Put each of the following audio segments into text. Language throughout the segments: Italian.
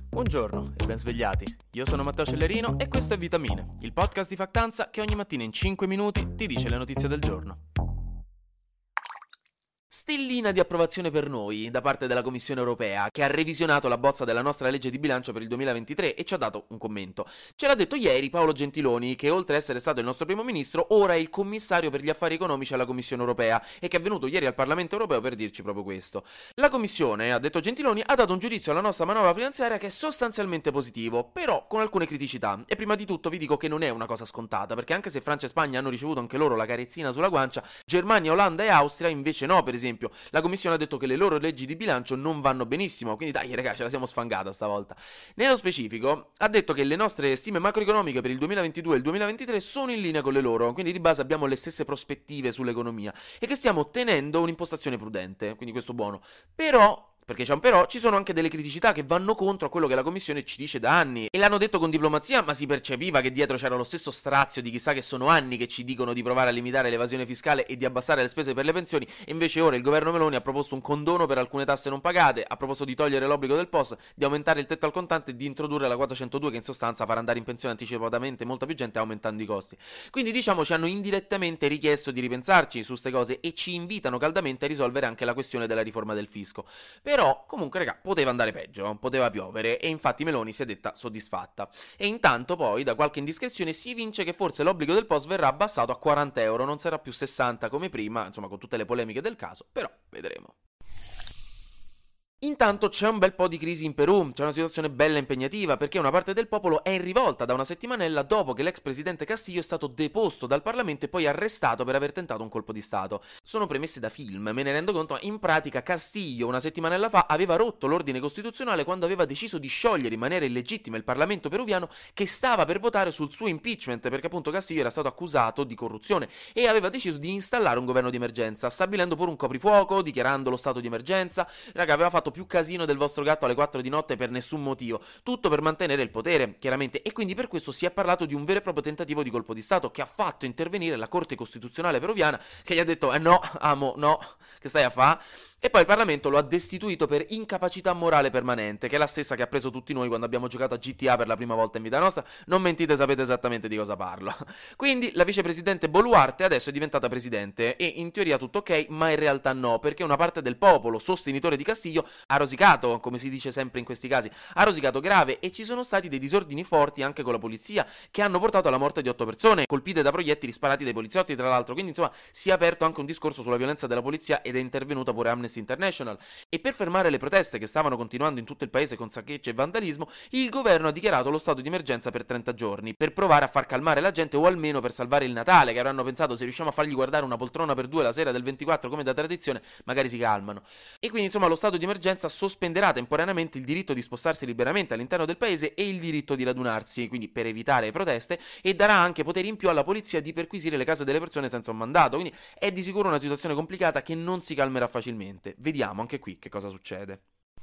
Buongiorno e ben svegliati. Io sono Matteo Cellerino e questo è Vitamine, il podcast di Factanza che ogni mattina in 5 minuti ti dice le notizie del giorno. Stellina di approvazione per noi da parte della Commissione Europea, che ha revisionato la bozza della nostra legge di bilancio per il 2023 e ci ha dato un commento. Ce l'ha detto ieri Paolo Gentiloni, che oltre ad essere stato il nostro primo ministro, ora è il commissario per gli affari economici alla Commissione Europea e che è venuto ieri al Parlamento Europeo per dirci proprio questo. La Commissione, ha detto Gentiloni, ha dato un giudizio alla nostra manovra finanziaria che è sostanzialmente positivo, però con alcune criticità. E prima di tutto vi dico che non è una cosa scontata, perché anche se Francia e Spagna hanno ricevuto anche loro la carezzina sulla guancia, Germania, Olanda e Austria invece no, per esempio. La Commissione ha detto che le loro leggi di bilancio non vanno benissimo, quindi dai ragazzi, ce la siamo sfangata stavolta. Nello specifico, ha detto che le nostre stime macroeconomiche per il 2022 e il 2023 sono in linea con le loro, quindi di base abbiamo le stesse prospettive sull'economia e che stiamo tenendo un'impostazione prudente, quindi questo buono. Però perché c'è un però, ci sono anche delle criticità che vanno contro a quello che la Commissione ci dice da anni. E l'hanno detto con diplomazia, ma si percepiva che dietro c'era lo stesso strazio di chissà che sono anni che ci dicono di provare a limitare l'evasione fiscale e di abbassare le spese per le pensioni, e invece ora il governo Meloni ha proposto un condono per alcune tasse non pagate, ha proposto di togliere l'obbligo del POS, di aumentare il tetto al contante e di introdurre la quota 102 che in sostanza farà andare in pensione anticipatamente molta più gente aumentando i costi. Quindi diciamo ci hanno indirettamente richiesto di ripensarci su queste cose e ci invitano caldamente a risolvere anche la questione della riforma del fisco. Però, comunque, raga, poteva andare peggio, poteva piovere, e infatti Meloni si è detta soddisfatta. E intanto poi, da qualche indiscrezione, si evince che forse l'obbligo del POS verrà abbassato a 40 euro, non sarà più 60 come prima, insomma, con tutte le polemiche del caso, però vedremo. Intanto c'è un bel po' di crisi in Perù, c'è una situazione bella impegnativa perché una parte del popolo è in rivolta da una settimanella dopo che l'ex presidente Castillo è stato deposto dal Parlamento e poi arrestato per aver tentato un colpo di Stato. Sono premesse da film, me ne rendo conto, ma in pratica Castillo una settimanella fa aveva rotto l'ordine costituzionale quando aveva deciso di sciogliere in maniera illegittima il Parlamento peruviano che stava per votare sul suo impeachment perché appunto Castillo era stato accusato di corruzione e aveva deciso di installare un governo di emergenza, stabilendo pure un coprifuoco, dichiarando lo stato di emergenza. Raga, aveva fatto più casino del vostro gatto alle 4 di notte per nessun motivo, tutto per mantenere il potere, chiaramente, e quindi per questo si è parlato di un vero e proprio tentativo di colpo di Stato che ha fatto intervenire la Corte Costituzionale peruviana che gli ha detto no, amo, no, che stai a fa'? E poi il Parlamento lo ha destituito per incapacità morale permanente, che è la stessa che ha preso tutti noi quando abbiamo giocato a GTA per la prima volta in vita nostra. Non mentite, sapete esattamente di cosa parlo. Quindi la vicepresidente Boluarte adesso è diventata presidente e in teoria tutto ok, ma in realtà no, perché una parte del popolo sostenitore di Castillo ha rosicato, come si dice sempre in questi casi, ha rosicato grave e ci sono stati dei disordini forti anche con la polizia che hanno portato alla morte di 8 persone, colpite da proiettili sparati dai poliziotti tra l'altro, quindi insomma si è aperto anche un discorso sulla violenza della polizia ed è intervenuta pure Amnesty International. E per fermare le proteste che stavano continuando in tutto il paese con saccheggi e vandalismo, il governo ha dichiarato lo stato di emergenza per 30 giorni, per provare a far calmare la gente o almeno per salvare il Natale, che avranno pensato se riusciamo a fargli guardare una poltrona per due la sera del 24 come da tradizione, magari si calmano. E quindi insomma lo stato di emergenza sospenderà temporaneamente il diritto di spostarsi liberamente all'interno del paese e il diritto di radunarsi, quindi per evitare proteste, e darà anche poteri in più alla polizia di perquisire le case delle persone senza un mandato, quindi è di sicuro una situazione complicata che non si calmerà facilmente. Vediamo anche qui che cosa succede.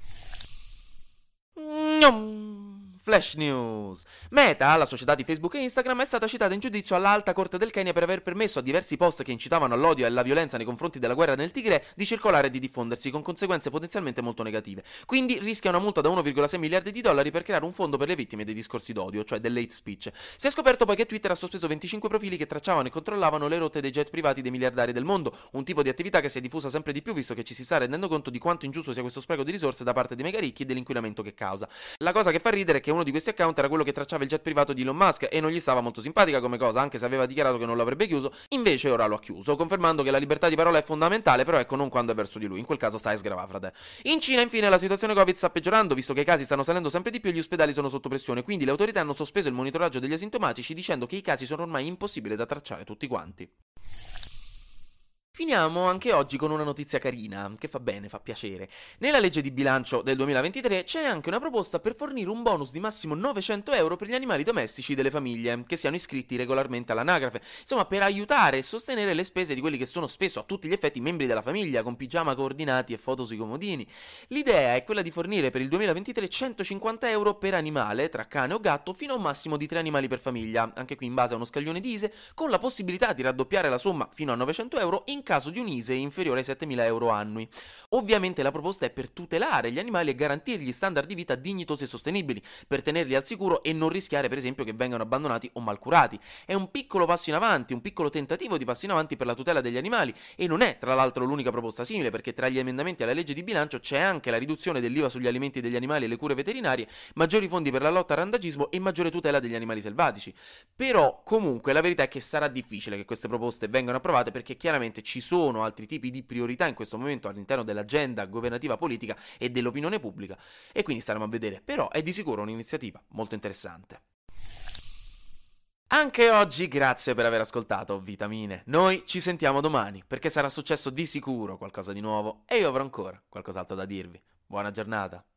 Flash News. Meta, la società di Facebook e Instagram, è stata citata in giudizio alla Alta Corte del Kenya per aver permesso a diversi post che incitavano all'odio e alla violenza nei confronti della guerra nel Tigre di circolare e di diffondersi, con conseguenze potenzialmente molto negative. Quindi rischia una multa da 1,6 miliardi di dollari per creare un fondo per le vittime dei discorsi d'odio, cioè dell'hate speech. Si è scoperto poi che Twitter ha sospeso 25 profili che tracciavano e controllavano le rotte dei jet privati dei miliardari del mondo, un tipo di attività che si è diffusa sempre di più visto che ci si sta rendendo conto di quanto ingiusto sia questo spreco di risorse da parte dei mega ricchi e dell'inquinamento che causa. La cosa che fa ridere è che uno di questi account era quello che tracciava il jet privato di Elon Musk e non gli stava molto simpatica come cosa, anche se aveva dichiarato che non l'avrebbe chiuso, invece ora lo ha chiuso, confermando che la libertà di parola è fondamentale, però ecco non quando è verso di lui, in quel caso stai sgravà frate. In Cina infine la situazione Covid sta peggiorando, visto che i casi stanno salendo sempre di più e gli ospedali sono sotto pressione, quindi le autorità hanno sospeso il monitoraggio degli asintomatici dicendo che i casi sono ormai impossibili da tracciare tutti quanti. Finiamo anche oggi con una notizia carina, che fa bene, fa piacere. Nella legge di bilancio del 2023 c'è anche una proposta per fornire un bonus di massimo 900 euro per gli animali domestici delle famiglie, che siano iscritti regolarmente all'anagrafe, insomma per aiutare e sostenere le spese di quelli che sono spesso a tutti gli effetti membri della famiglia, con pigiama coordinati e foto sui comodini. L'idea è quella di fornire per il 2023 150 euro per animale, tra cane o gatto, fino a un massimo di 3 animali per famiglia, anche qui in base a uno scaglione di ISEE, con la possibilità di raddoppiare la somma fino a 900 euro in caso di un ISEE inferiore ai 7.000 euro annui. Ovviamente la proposta è per tutelare gli animali e garantirgli standard di vita dignitosi e sostenibili, per tenerli al sicuro e non rischiare per esempio che vengano abbandonati o malcurati. È un piccolo passo in avanti, un piccolo tentativo di passo in avanti per la tutela degli animali e non è tra l'altro l'unica proposta simile, perché tra gli emendamenti alla legge di bilancio c'è anche la riduzione dell'IVA sugli alimenti degli animali e le cure veterinarie, maggiori fondi per la lotta al randagismo e maggiore tutela degli animali selvatici. Però comunque la verità è che sarà difficile che queste proposte vengano approvate, perché chiaramente ci sono altri tipi di priorità in questo momento all'interno dell'agenda governativa politica e dell'opinione pubblica, e quindi staremo a vedere. Però è di sicuro un'iniziativa molto interessante. Anche oggi grazie per aver ascoltato Vitamine. Noi ci sentiamo domani, perché sarà successo di sicuro qualcosa di nuovo e io avrò ancora qualcos'altro da dirvi. Buona giornata.